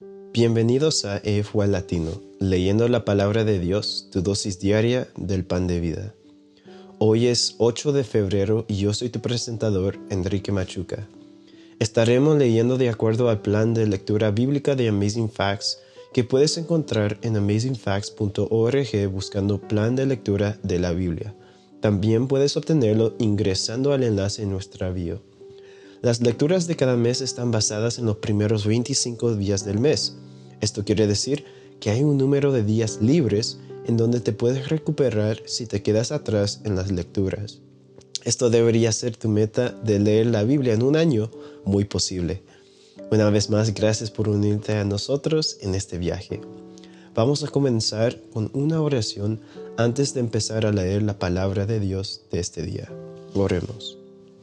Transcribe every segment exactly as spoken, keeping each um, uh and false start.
Bienvenidos a E F W A Latino, leyendo la palabra de Dios, tu dosis diaria del pan de vida. Hoy es ocho de febrero y yo soy tu presentador, Enrique Machuca. Estaremos leyendo de acuerdo al plan de lectura bíblica de Amazing Facts que puedes encontrar en amazing facts punto org buscando plan de lectura de la Biblia. También puedes obtenerlo ingresando al enlace en nuestra bio. Las lecturas de cada mes están basadas en los primeros veinticinco días del mes. Esto quiere decir que hay un número de días libres en donde te puedes recuperar si te quedas atrás en las lecturas. Esto debería ser tu meta de leer la Biblia en un año, muy posible. Una vez más, gracias por unirte a nosotros en este viaje. Vamos a comenzar con una oración antes de empezar a leer la palabra de Dios de este día. Oremos.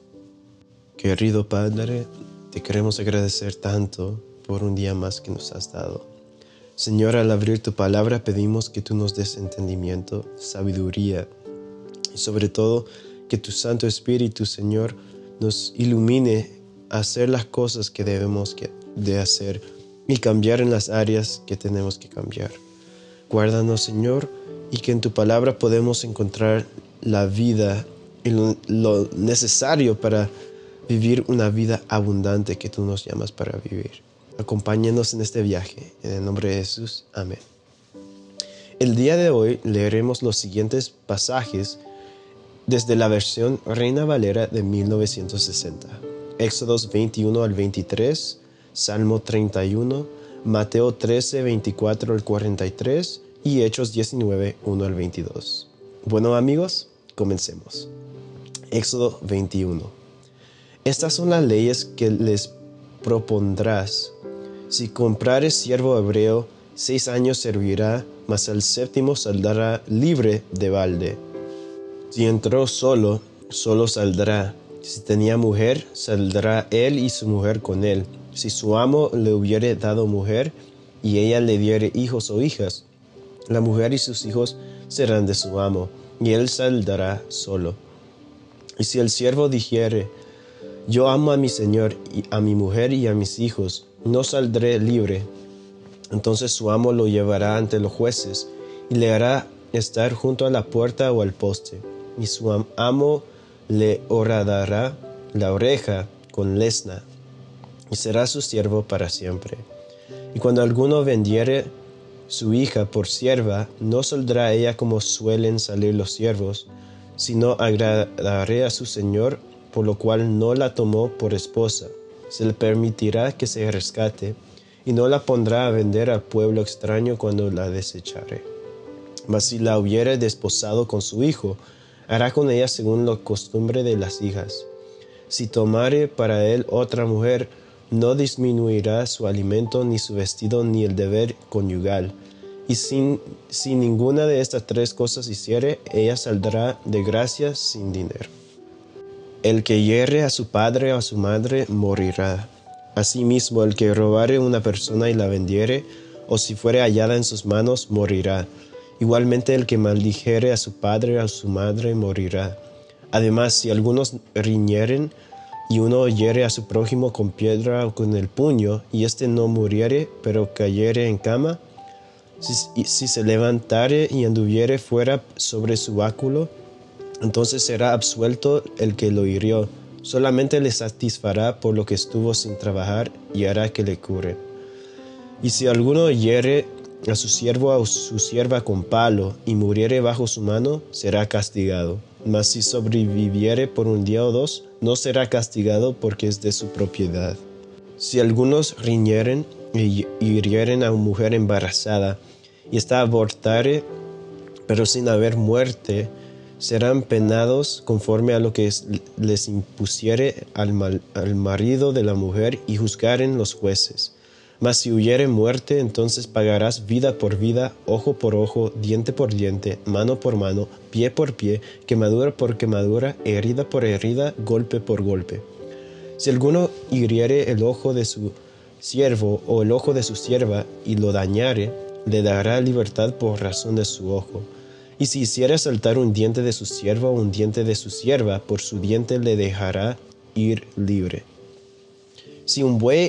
Querido Padre, te queremos agradecer tanto por un día más que nos has dado. Señor, al abrir tu palabra pedimos que tú nos des entendimiento, sabiduría y sobre todo que tu Santo Espíritu, Señor, nos ilumine a hacer las cosas que debemos de hacer y cambiar en las áreas que tenemos que cambiar. Guárdanos, Señor, y que en tu palabra podemos encontrar la vida y lo, lo necesario para vivir una vida abundante que tú nos llamas para vivir. Acompáñanos en este viaje. En el nombre de Jesús. Amén. El día de hoy leeremos los siguientes pasajes desde la versión Reina Valera de mil novecientos sesenta. Éxodos veintiuno al veintitrés, Salmo treinta y uno, Mateo trece, veinticuatro al cuarenta y tres y Hechos diecinueve, uno al veintidós. Bueno, amigos, comencemos. Éxodo veintiuno. Estas son las leyes que les propondrás. Si comprares siervo hebreo, seis años servirá, mas al séptimo saldrá libre de balde. Si entró solo, solo saldrá. Si tenía mujer, saldrá él y su mujer con él. Si su amo le hubiere dado mujer, y ella le diere hijos o hijas, la mujer y sus hijos serán de su amo, y él saldrá solo. Y si el siervo dijere, yo amo a mi señor, y a mi mujer y a mis hijos, no saldré libre. Entonces su amo lo llevará ante los jueces, y le hará estar junto a la puerta o al poste. Y su amo le horadará la oreja con lesna, y será su siervo para siempre. Y cuando alguno vendiere su hija por sierva, no saldrá ella como suelen salir los siervos, sino agradará a su señor, por lo cual no la tomó por esposa. Se le permitirá que se rescate, y no la pondrá a vender al pueblo extraño cuando la desechare. Mas si la hubiere desposado con su hijo, hará con ella según la costumbre de las hijas. Si tomare para él otra mujer, no disminuirá su alimento, ni su vestido, ni el deber conyugal. Y si, si ninguna de estas tres cosas hiciere, ella saldrá de gracia sin dinero. El que hiere a su padre o a su madre morirá. Asimismo, el que robare una persona y la vendiere, o si fuere hallada en sus manos, morirá. Igualmente el que maldijere a su padre o a su madre morirá. Además, si algunos riñeren, y uno hiere a su prójimo con piedra o con el puño, y éste no muriere, pero cayere en cama, si, si se levantare y anduviere fuera sobre su báculo, entonces será absuelto el que lo hirió. Solamente le satisfará por lo que estuvo sin trabajar y hará que le cure. Y si alguno hiere a su siervo o a su sierva con palo y muriere bajo su mano, será castigado. Mas si sobreviviere por un día o dos, no será castigado porque es de su propiedad. Si algunos riñeren y hirieren a una mujer embarazada y esta abortare, pero sin haber muerte, serán penados conforme a lo que les impusiere al, mal, al marido de la mujer y juzgaren los jueces. Mas si hubiere muerte, entonces pagarás vida por vida, ojo por ojo, diente por diente, mano por mano, pie por pie, quemadura por quemadura, herida por herida, golpe por golpe. Si alguno hiriere el ojo de su siervo o el ojo de su sierva y lo dañare, le dará libertad por razón de su ojo. Y si hiciere saltar un diente de su siervo o un diente de su sierva, por su diente le dejará ir libre. Si un buey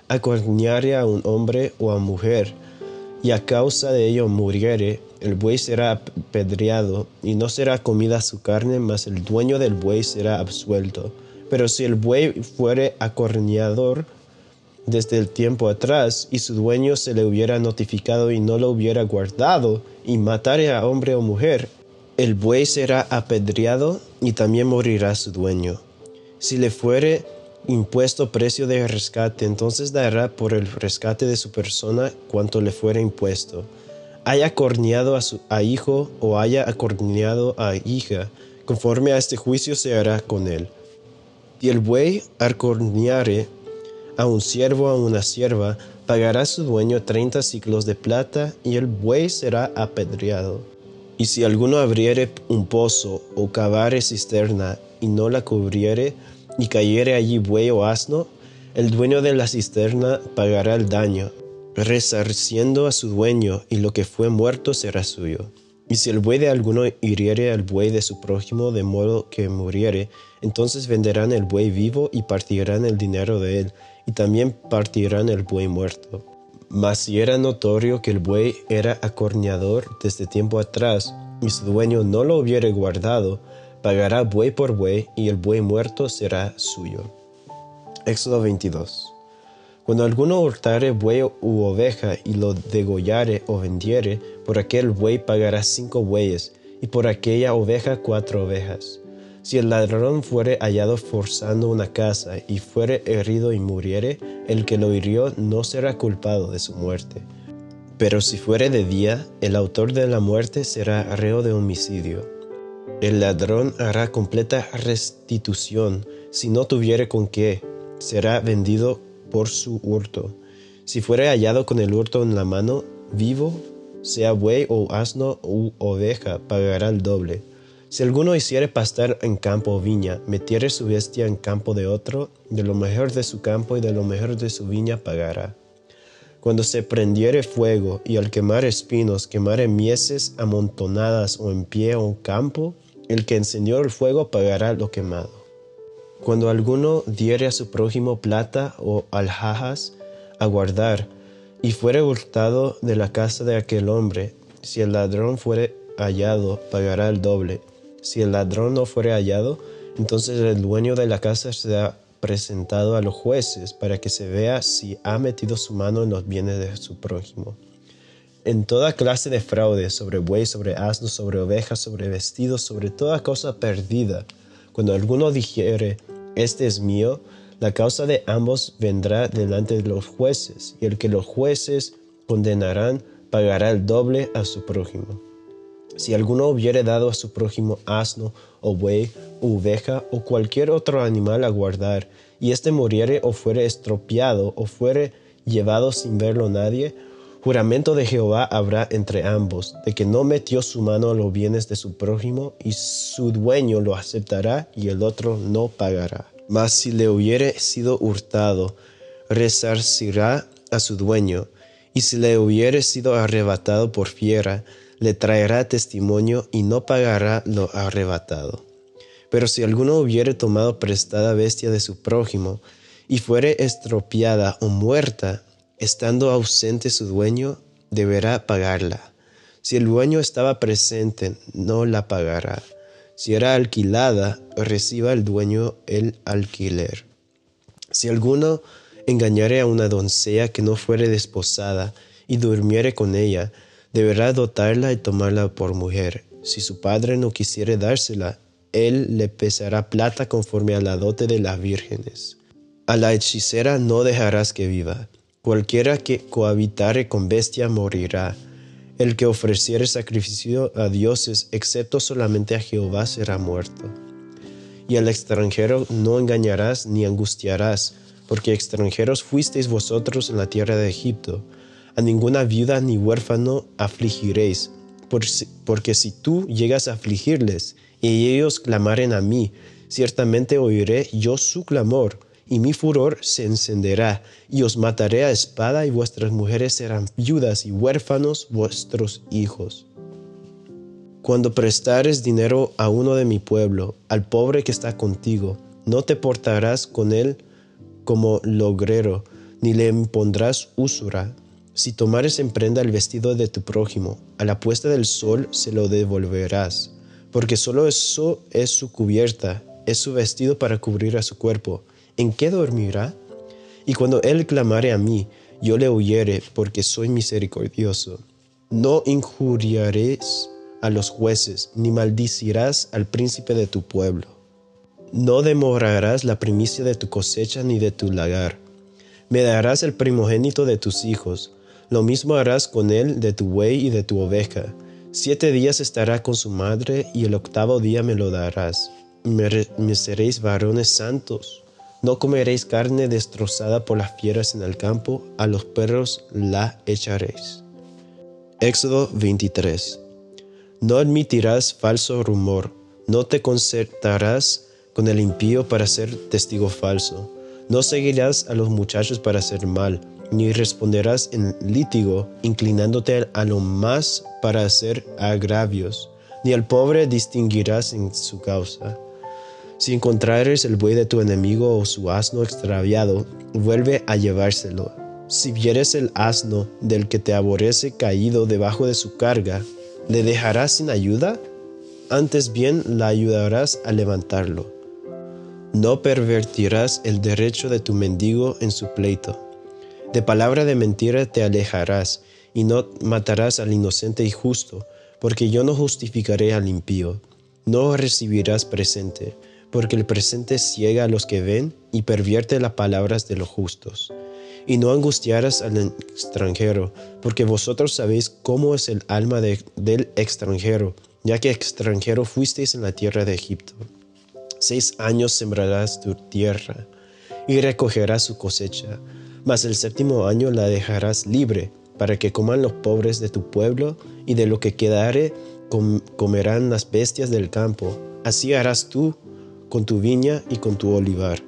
acorneare a un hombre o a mujer, y a causa de ello muriere, el buey será apedreado, y no será comida su carne, mas el dueño del buey será absuelto. Pero si el buey fuere acorneador desde el tiempo atrás, y su dueño se le hubiera notificado y no lo hubiera guardado, y matare a hombre o mujer, el buey será apedreado, y también morirá su dueño. Si le fuere impuesto precio de rescate, entonces dará por el rescate de su persona cuanto le fuere impuesto. Haya acorneado a, su, a hijo o haya acorneado a hija, conforme a este juicio se hará con él. Si el buey acorneare a un siervo o a una sierva, pagará su dueño treinta siclos de plata, y el buey será apedreado. Y si alguno abriere un pozo o cavare cisterna y no la cubriere, y cayere allí buey o asno, el dueño de la cisterna pagará el daño, resarciendo a su dueño, y lo que fue muerto será suyo. Y si el buey de alguno hiriere al buey de su prójimo de modo que muriere, entonces venderán el buey vivo y partirán el dinero de él, y también partirán el buey muerto. Mas si era notorio que el buey era acorneador desde tiempo atrás, y su dueño no lo hubiere guardado, pagará buey por buey, y el buey muerto será suyo. Éxodo veintidós. Cuando alguno hurtare buey u oveja y lo degollare o vendiere, por aquel buey pagará cinco bueyes, y por aquella oveja cuatro ovejas. Si el ladrón fuere hallado forzando una casa y fuere herido y muriere, el que lo hirió no será culpado de su muerte. Pero si fuere de día, el autor de la muerte será reo de homicidio. El ladrón hará completa restitución, si no tuviere con qué, será vendido por su hurto. Si fuere hallado con el hurto en la mano, vivo, sea buey o asno u oveja, pagará el doble. Si alguno hiciere pastar en campo o viña, metiere su bestia en campo de otro, de lo mejor de su campo y de lo mejor de su viña pagará. Cuando se prendiere fuego, y al quemar espinos quemare mieses amontonadas o en pie o en campo, el que encendió el fuego pagará lo quemado. Cuando alguno diere a su prójimo plata o alhajas a guardar, y fuere hurtado de la casa de aquel hombre, si el ladrón fuere hallado, pagará el doble. Si el ladrón no fuere hallado, entonces el dueño de la casa será presentado a los jueces para que se vea si ha metido su mano en los bienes de su prójimo. En toda clase de fraude, sobre buey, sobre asno, sobre ovejas, sobre vestidos, sobre toda cosa perdida, cuando alguno dijere, este es mío, la causa de ambos vendrá delante de los jueces, y el que los jueces condenarán pagará el doble a su prójimo. Si alguno hubiere dado a su prójimo asno, o buey, u oveja, o cualquier otro animal a guardar, y éste muriere o fuere estropeado, o fuere llevado sin verlo nadie, juramento de Jehová habrá entre ambos, de que no metió su mano a los bienes de su prójimo, y su dueño lo aceptará, y el otro no pagará. Mas si le hubiere sido hurtado, resarcirá a su dueño, y si le hubiere sido arrebatado por fiera, le traerá testimonio y no pagará lo arrebatado. Pero si alguno hubiere tomado prestada bestia de su prójimo, y fuere estropeada o muerta, estando ausente su dueño, deberá pagarla. Si el dueño estaba presente, no la pagará. Si era alquilada, reciba el dueño el alquiler. Si alguno engañare a una doncella que no fuere desposada, y durmiere con ella, deberá dotarla y tomarla por mujer. Si su padre no quisiere dársela, él le pesará plata conforme a la dote de las vírgenes. A la hechicera no dejarás que viva. Cualquiera que cohabitare con bestia morirá. El que ofreciere sacrificio a dioses, excepto solamente a Jehová, será muerto. Y al extranjero no engañarás ni angustiarás, porque extranjeros fuisteis vosotros en la tierra de Egipto. A ninguna viuda ni huérfano afligiréis, porque si tú llegas a afligirles, y ellos clamaren a mí, ciertamente oiré yo su clamor, y mi furor se encenderá, y os mataré a espada, y vuestras mujeres serán viudas, y huérfanos vuestros hijos. Cuando prestares dinero a uno de mi pueblo, al pobre que está contigo, no te portarás con él como logrero, ni le impondrás usura. Si tomares en prenda el vestido de tu prójimo, a la puesta del sol se lo devolverás, porque solo eso es su cubierta, es su vestido para cubrir a su cuerpo. ¿En qué dormirá? Y cuando él clamare a mí, yo le oyere, porque soy misericordioso. No injuriaréis a los jueces, ni maldicirás al príncipe de tu pueblo. No demorarás la primicia de tu cosecha ni de tu lagar. Me darás el primogénito de tus hijos. Lo mismo harás con él de tu buey y de tu oveja. Siete días estará con su madre, y el octavo día me lo darás. Me, me seréis varones santos. No comeréis carne destrozada por las fieras en el campo, a los perros la echaréis. Éxodo veintitrés. No admitirás falso rumor, no te concertarás con el impío para ser testigo falso. No seguirás a los muchachos para hacer mal, ni responderás en lítigo, inclinándote a lo más para hacer agravios, ni al pobre distinguirás en su causa. Si encontrares el buey de tu enemigo o su asno extraviado, vuelve a llevárselo. Si vieres el asno del que te aborrece caído debajo de su carga, ¿le dejarás sin ayuda? Antes bien la ayudarás a levantarlo. No pervertirás el derecho de tu mendigo en su pleito. De palabra de mentira te alejarás, y no matarás al inocente y justo, porque yo no justificaré al impío. No recibirás presente, porque el presente ciega a los que ven y pervierte las palabras de los justos. Y no angustiarás al extranjero, porque vosotros sabéis cómo es el alma de, del extranjero, ya que extranjero fuisteis en la tierra de Egipto. Seis años sembrarás tu tierra, y recogerás su cosecha, mas el séptimo año la dejarás libre, para que coman los pobres de tu pueblo, y de lo que quedare com- comerán las bestias del campo. Así harás tú con tu viña y con tu olivar.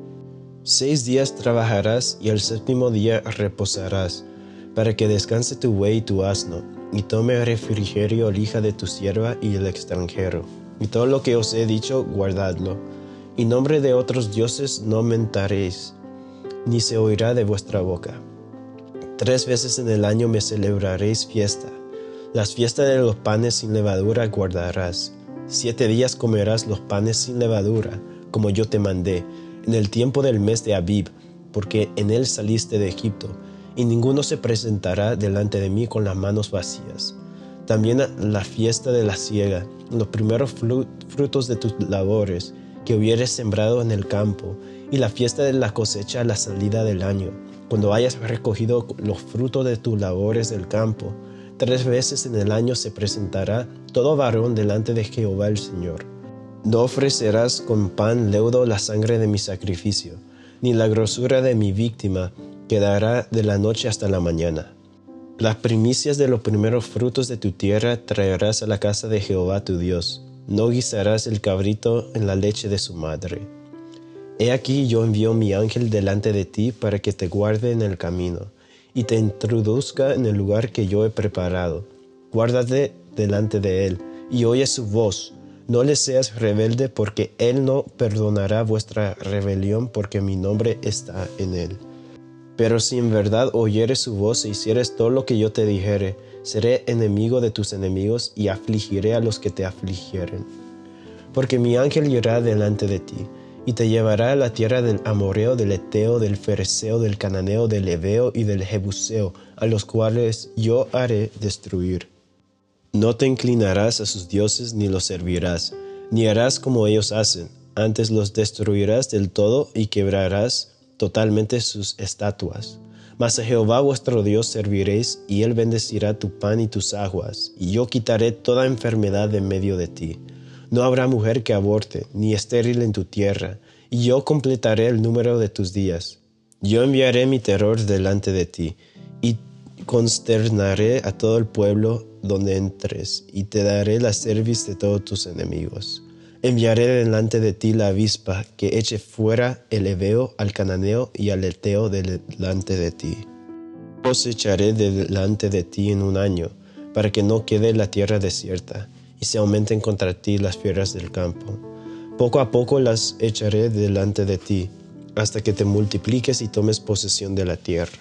Seis días trabajarás, y el séptimo día reposarás, para que descanse tu buey y tu asno, y tome refrigerio el hija de tu sierva y el extranjero. Y todo lo que os he dicho, guardadlo. Y nombre de otros dioses no mentaréis, ni se oirá de vuestra boca. Tres veces en el año me celebraréis fiesta. Las fiestas de los panes sin levadura guardarás. Siete días comerás los panes sin levadura, como yo te mandé, en el tiempo del mes de Abib, porque en él saliste de Egipto, y ninguno se presentará delante de mí con las manos vacías. También la fiesta de la siega, los primeros frutos de tus labores que hubieres sembrado en el campo, y la fiesta de la cosecha a la salida del año, cuando hayas recogido los frutos de tus labores del campo. Tres veces en el año se presentará todo varón delante de Jehová el Señor. No ofrecerás con pan leudo la sangre de mi sacrificio, ni la grosura de mi víctima quedará de la noche hasta la mañana. Las primicias de los primeros frutos de tu tierra traerás a la casa de Jehová tu Dios. No guisarás el cabrito en la leche de su madre. He aquí yo envío mi ángel delante de ti para que te guarde en el camino, y te introduzca en el lugar que yo he preparado. Guárdate delante de él, y oye su voz. No le seas rebelde, porque él no perdonará vuestra rebelión, porque mi nombre está en él. Pero si en verdad oyeres su voz e hicieres todo lo que yo te dijere, seré enemigo de tus enemigos y afligiré a los que te afligieren. Porque mi ángel irá delante de ti, y te llevará a la tierra del amorreo, del eteo, del fereceo, del cananeo, del heveo y del jebuseo, a los cuales yo haré destruir. No te inclinarás a sus dioses ni los servirás, ni harás como ellos hacen, antes los destruirás del todo y quebrarás totalmente sus estatuas. Mas a Jehová vuestro Dios serviréis, y él bendecirá tu pan y tus aguas, y yo quitaré toda enfermedad de medio de ti. No habrá mujer que aborte, ni estéril en tu tierra, y yo completaré el número de tus días. Yo enviaré mi terror delante de ti, y consternaré a todo el pueblo donde entres, y te daré la cerviz de todos tus enemigos. Enviaré delante de ti la avispa, que eche fuera el heveo, al cananeo y al eteo delante de ti. Os echaré delante de ti en un año, para que no quede la tierra desierta, y se aumenten contra ti las fieras del campo. Poco a poco las echaré delante de ti, hasta que te multipliques y tomes posesión de la tierra.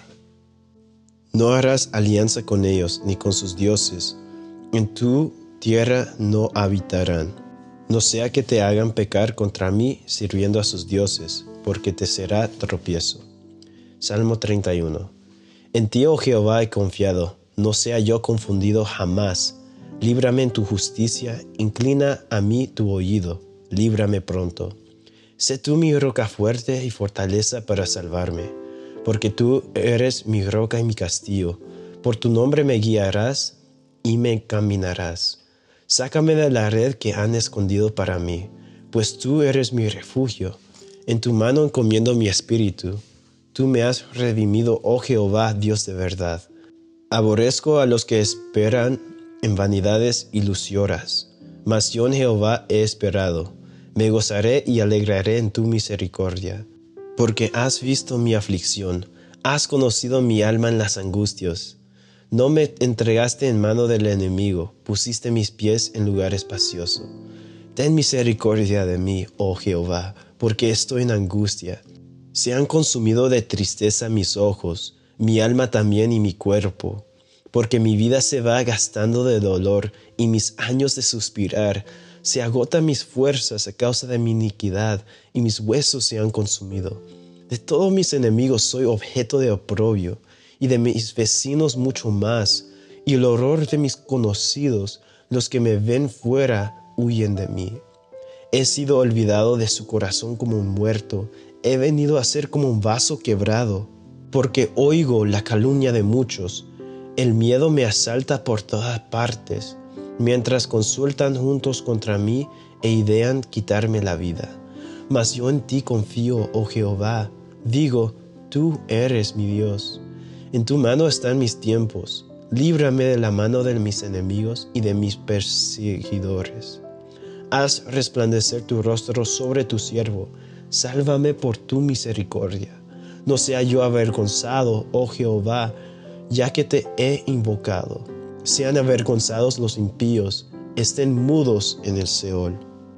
No harás alianza con ellos ni con sus dioses. En tu tierra no habitarán. No sea que te hagan pecar contra mí sirviendo a sus dioses, porque te será tropiezo. Salmo treinta y uno. En ti, oh Jehová, he confiado, no sea yo confundido jamás. Líbrame en tu justicia, inclina a mí tu oído, líbrame pronto. Sé tú mi roca fuerte y fortaleza para salvarme, porque tú eres mi roca y mi castillo. Por tu nombre me guiarás y me encaminarás. Sácame de la red que han escondido para mí, pues tú eres mi refugio. En tu mano encomiendo mi espíritu. Tú me has redimido, oh Jehová, Dios de verdad. Aborrezco a los que esperan en vanidades ilusoras, mas yo en Jehová he esperado. Me gozaré y alegraré en tu misericordia, porque has visto mi aflicción, has conocido mi alma en las angustias. No me entregaste en mano del enemigo, pusiste mis pies en lugar espacioso. Ten misericordia de mí, oh Jehová, porque estoy en angustia. Se han consumido de tristeza mis ojos, mi alma también y mi cuerpo, porque mi vida se va gastando de dolor y mis años de suspirar. Se agotan mis fuerzas a causa de mi iniquidad y mis huesos se han consumido. De todos mis enemigos soy objeto de oprobio y de mis vecinos mucho más, y el horror de mis conocidos, los que me ven fuera, huyen de mí. He sido olvidado de su corazón como un muerto, he venido a ser como un vaso quebrado, porque oigo la calumnia de muchos, el miedo me asalta por todas partes, mientras consultan juntos contra mí e idean quitarme la vida. Mas yo en ti confío, oh Jehová, digo, tú eres mi Dios. En tu mano están mis tiempos, líbrame de la mano de mis enemigos y de mis perseguidores. Haz resplandecer tu rostro sobre tu siervo, sálvame por tu misericordia. No sea yo avergonzado, oh Jehová, ya que te he invocado. Sean avergonzados los impíos, estén mudos en el Seol.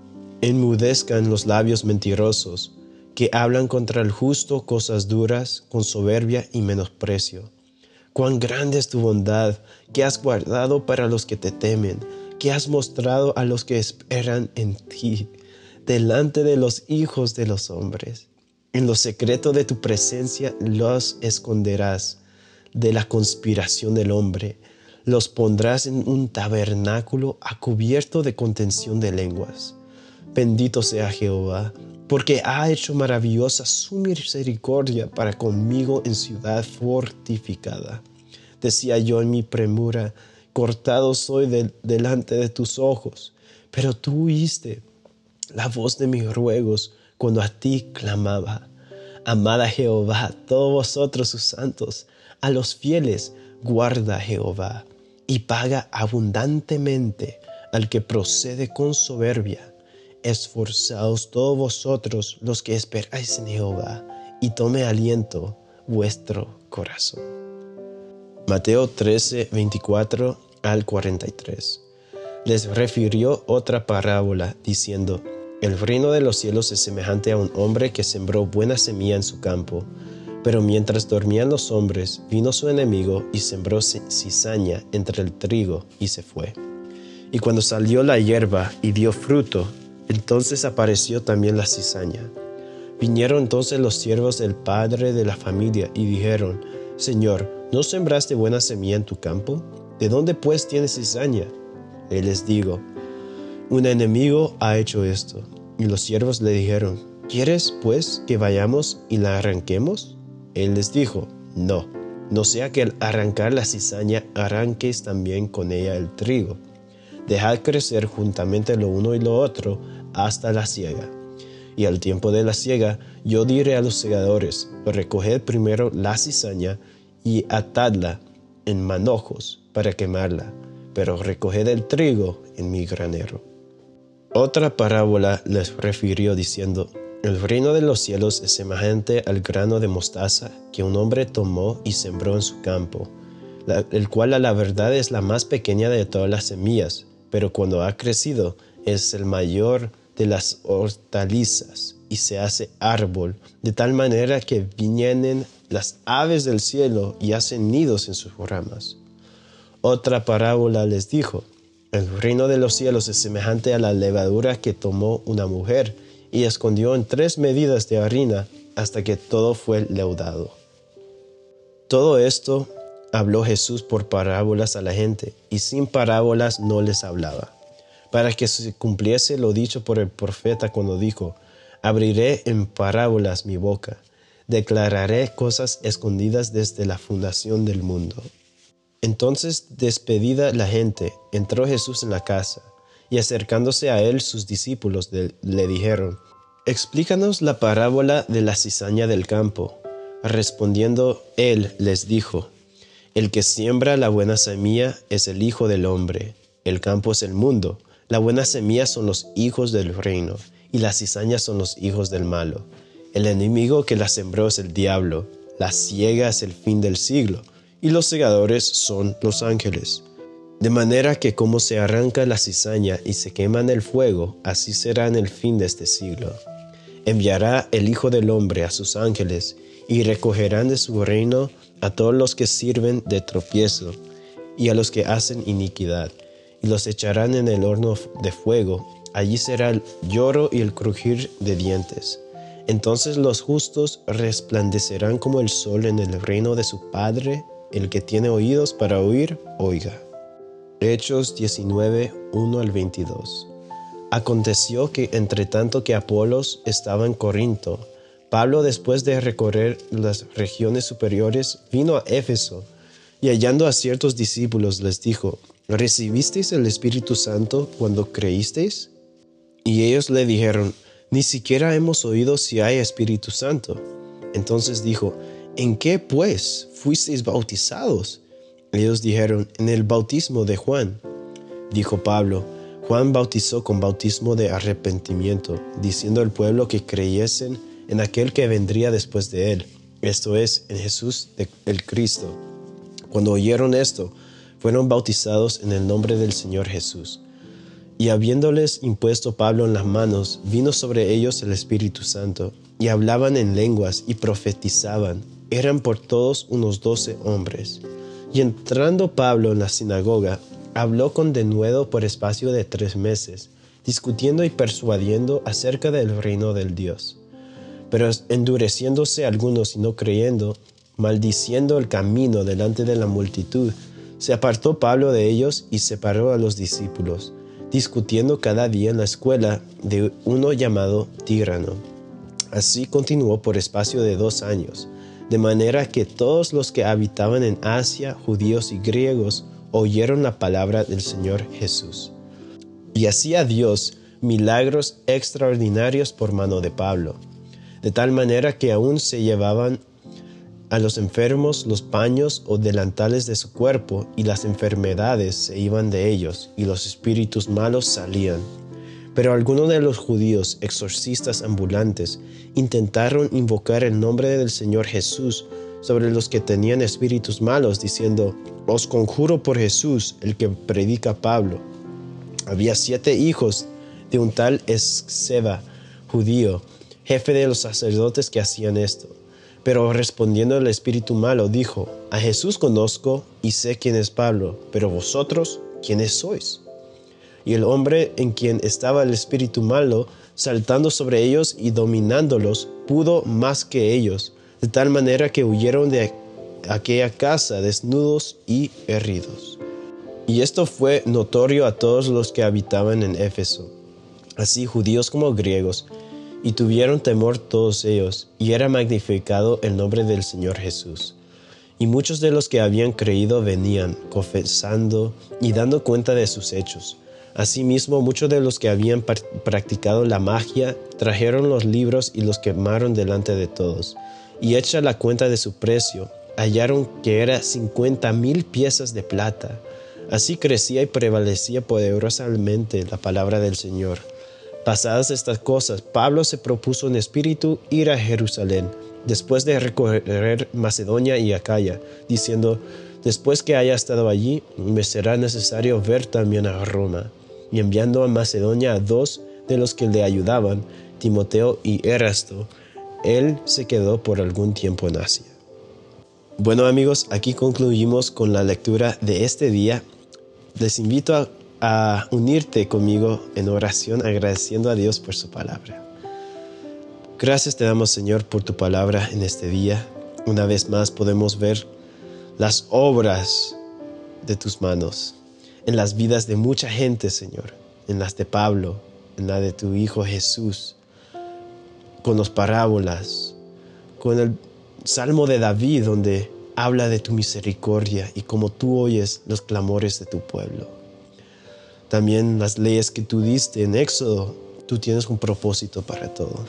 Enmudezcan los labios mentirosos, que hablan contra el justo cosas duras, con soberbia y menosprecio. Cuán grande es tu bondad, que has guardado para los que te temen, que has mostrado a los que esperan en ti, delante de los hijos de los hombres. En lo secreto de tu presencia los esconderás de la conspiración del hombre. Los pondrás en un tabernáculo a cubierto de contención de lenguas. Bendito sea Jehová, porque ha hecho maravillosa su misericordia para conmigo en ciudad fortificada. Decía yo en mi premura, cortado soy de, delante de tus ojos, pero tú oíste la voz de mis ruegos cuando a ti clamaba. Amad a Jehová, todos vosotros sus santos, a los fieles guarda Jehová, y paga abundantemente al que procede con soberbia. Esforzaos todos vosotros los que esperáis en Jehová, y tome aliento vuestro corazón. Mateo trece, veinticuatro al cuarenta y tres. Les refirió otra parábola, diciendo, el reino de los cielos es semejante a un hombre que sembró buena semilla en su campo. Pero mientras dormían los hombres, vino su enemigo y sembró cizaña entre el trigo y se fue. Y cuando salió la hierba y dio fruto, entonces apareció también la cizaña. Vinieron entonces los siervos del padre de la familia y dijeron, Señor, ¿no sembraste buena semilla en tu campo? ¿De dónde pues tienes cizaña? Él les dijo, un enemigo ha hecho esto. Y los siervos le dijeron, ¿quieres pues que vayamos y la arranquemos? Él les dijo, no, no sea que al arrancar la cizaña arranquéis también con ella el trigo. Dejad crecer juntamente lo uno y lo otro hasta la siega. Y al tiempo de la siega, yo diré a los segadores, recoged primero la cizaña y atadla en manojos para quemarla, pero recoged el trigo en mi granero. Otra parábola les refirió diciendo, el reino de los cielos es semejante al grano de mostaza que un hombre tomó y sembró en su campo, la, el cual a la verdad es la más pequeña de todas las semillas, pero cuando ha crecido es el mayor de las hortalizas y se hace árbol, de tal manera que vienen las aves del cielo y hacen nidos en sus ramas. Otra parábola les dijo: el reino de los cielos es semejante a la levadura que tomó una mujer y escondió en tres medidas de harina hasta que todo fue leudado. Todo esto habló Jesús por parábolas a la gente, y sin parábolas no les hablaba, para que se cumpliese lo dicho por el profeta cuando dijo: abriré en parábolas mi boca, declararé cosas escondidas desde la fundación del mundo. Entonces, despedida la gente, entró Jesús en la casa, y acercándose a él sus discípulos de, le dijeron: explícanos la parábola de la cizaña del campo. Respondiendo él les dijo: el que siembra la buena semilla es el Hijo del Hombre, el campo es el mundo, la buena semilla son los hijos del reino, y las cizañas son los hijos del malo. El enemigo que la sembró es el diablo, la siega es el fin del siglo, y los segadores son los ángeles. De manera que como se arranca la cizaña y se quema en el fuego, así será en el fin de este siglo. Enviará el Hijo del Hombre a sus ángeles, y recogerán de su reino a todos los que sirven de tropiezo, y a los que hacen iniquidad, y los echarán en el horno de fuego. Allí será el lloro y el crujir de dientes. Entonces los justos resplandecerán como el sol en el reino de su Padre. El que tiene oídos para oír, oiga. Hechos diecinueve, uno al veintidós. Aconteció que entre tanto que Apolos estaba en Corinto, Pablo, después de recorrer las regiones superiores, vino a Éfeso, y hallando a ciertos discípulos les dijo: ¿recibisteis el Espíritu Santo cuando creísteis? Y ellos le dijeron: ni siquiera hemos oído si hay Espíritu Santo. Entonces dijo: ¿en qué, pues, fuisteis bautizados? Ellos dijeron: en el bautismo de Juan. Dijo Pablo: Juan bautizó con bautismo de arrepentimiento, diciendo al pueblo que creyesen en aquel que vendría después de él, esto es, en Jesús el Cristo. Cuando oyeron esto, fueron bautizados en el nombre del Señor Jesús. Y habiéndoles impuesto Pablo en las manos, vino sobre ellos el Espíritu Santo, y hablaban en lenguas y profetizaban. Eran por todos unos doce hombres. Y entrando Pablo en la sinagoga, habló con denuedo por espacio de tres meses, discutiendo y persuadiendo acerca del reino del Dios. Pero endureciéndose algunos y no creyendo, maldiciendo el camino delante de la multitud, se apartó Pablo de ellos y separó a los discípulos, discutiendo cada día en la escuela de uno llamado Tirano. Así continuó por espacio de dos años, de manera que todos los que habitaban en Asia, judíos y griegos, oyeron la palabra del Señor Jesús. Y hacía Dios milagros extraordinarios por mano de Pablo, de tal manera que aún se llevaban a los enfermos los paños o delantales de su cuerpo, y las enfermedades se iban de ellos, y los espíritus malos salían. Pero algunos de los judíos, exorcistas ambulantes, intentaron invocar el nombre del Señor Jesús sobre los que tenían espíritus malos, diciendo: os conjuro por Jesús, el que predica Pablo. Había siete hijos de un tal Esceva, judío, jefe de los sacerdotes, que hacían esto. Pero respondiendo el espíritu malo, dijo: a Jesús conozco y sé quién es Pablo, pero vosotros, ¿quiénes sois? Y el hombre en quien estaba el espíritu malo, saltando sobre ellos y dominándolos, pudo más que ellos, de tal manera que huyeron de aquella casa desnudos y heridos. Y esto fue notorio a todos los que habitaban en Éfeso, así judíos como griegos, y tuvieron temor todos ellos, y era magnificado el nombre del Señor Jesús. Y muchos de los que habían creído venían, confesando y dando cuenta de sus hechos. Asimismo, muchos de los que habían practicado la magia trajeron los libros y los quemaron delante de todos. Y hecha la cuenta de su precio, hallaron que era cincuenta mil piezas de plata. Así crecía y prevalecía poderosamente la palabra del Señor. Pasadas estas cosas, Pablo se propuso en espíritu ir a Jerusalén, después de recorrer Macedonia y Acaya, diciendo: después que haya estado allí, me será necesario ver también a Roma. Y enviando a Macedonia a dos de los que le ayudaban, Timoteo y Erasto, él se quedó por algún tiempo en Asia. Bueno amigos, aquí concluimos con la lectura de este día. Les invito a, a unirte conmigo en oración agradeciendo a Dios por su palabra. Gracias te damos, Señor, por tu palabra en este día. Una vez más podemos ver las obras de tus manos en las vidas de mucha gente, Señor, en las de Pablo, en la de tu Hijo Jesús, con las parábolas, con el Salmo de David, donde habla de tu misericordia y cómo tú oyes los clamores de tu pueblo. También las leyes que tú diste en Éxodo, tú tienes un propósito para todo.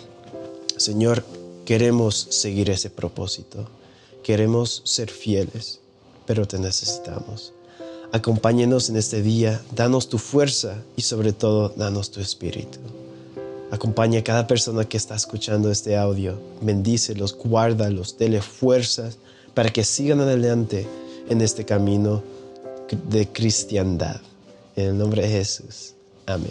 Señor, queremos seguir ese propósito. Queremos ser fieles, pero te necesitamos. Acompáñenos en este día, danos tu fuerza y sobre todo, danos tu espíritu. Acompaña a cada persona que está escuchando este audio. Bendícelos, guárdalos, dele fuerzas para que sigan adelante en este camino de cristiandad. En el nombre de Jesús. Amén.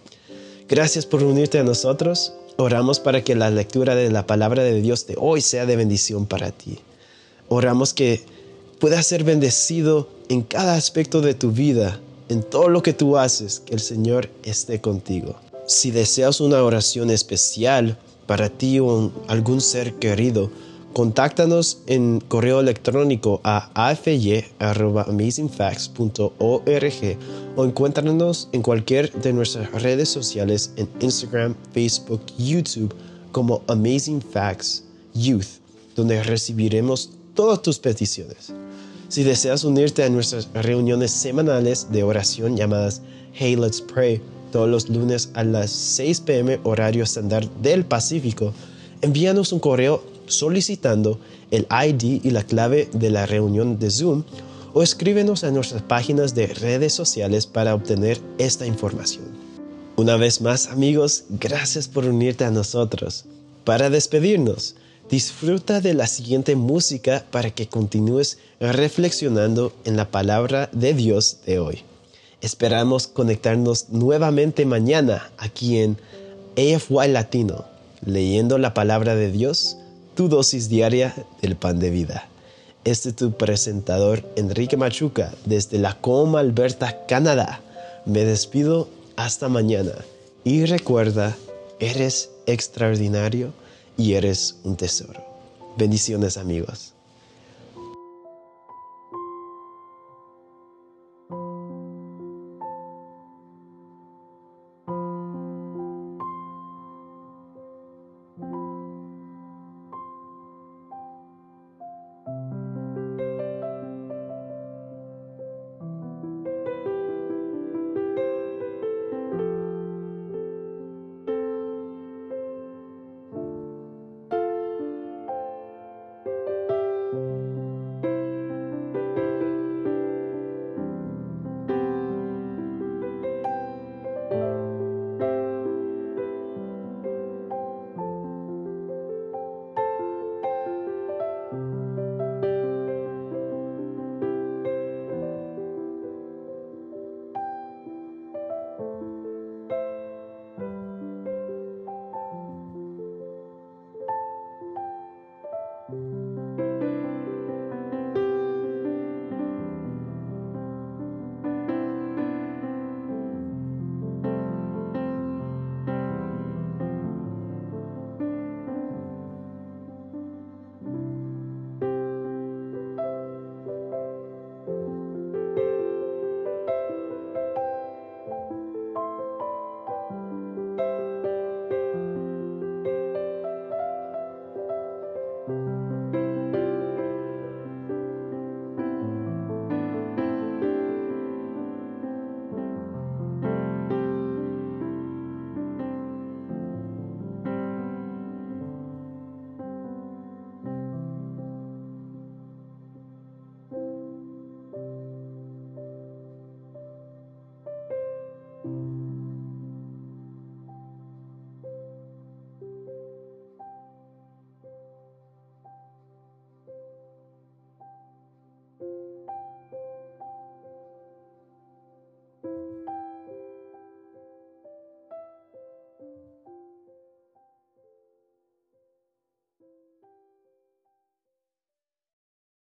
Gracias por unirte a nosotros. Oramos para que la lectura de la palabra de Dios de hoy sea de bendición para ti. Oramos que puedas ser bendecido en cada aspecto de tu vida, en todo lo que tú haces, que el Señor esté contigo. Si deseas una oración especial para ti o algún ser querido, contáctanos en correo electrónico a a f y arroba amazing facts punto org o encuéntranos en cualquier de nuestras redes sociales en Instagram, Facebook, YouTube como Amazing Facts Youth, donde recibiremos todas tus peticiones. Si deseas unirte a nuestras reuniones semanales de oración llamadas Hey Let's Pray, todos los lunes a las seis p m horario estándar del Pacífico, envíanos un correo solicitando el I D y la clave de la reunión de Zoom o escríbenos a nuestras páginas de redes sociales para obtener esta información. Una vez más, amigos, gracias por unirte a nosotros. Para despedirnos, disfruta de la siguiente música para que continúes reflexionando en la palabra de Dios de hoy. Esperamos conectarnos nuevamente mañana aquí en A F Y Latino, leyendo la palabra de Dios, tu dosis diaria del pan de vida. Este es tu presentador Enrique Machuca desde Lacombe, Alberta, Canadá. Me despido hasta mañana y recuerda, eres extraordinario y eres un tesoro. Bendiciones amigos.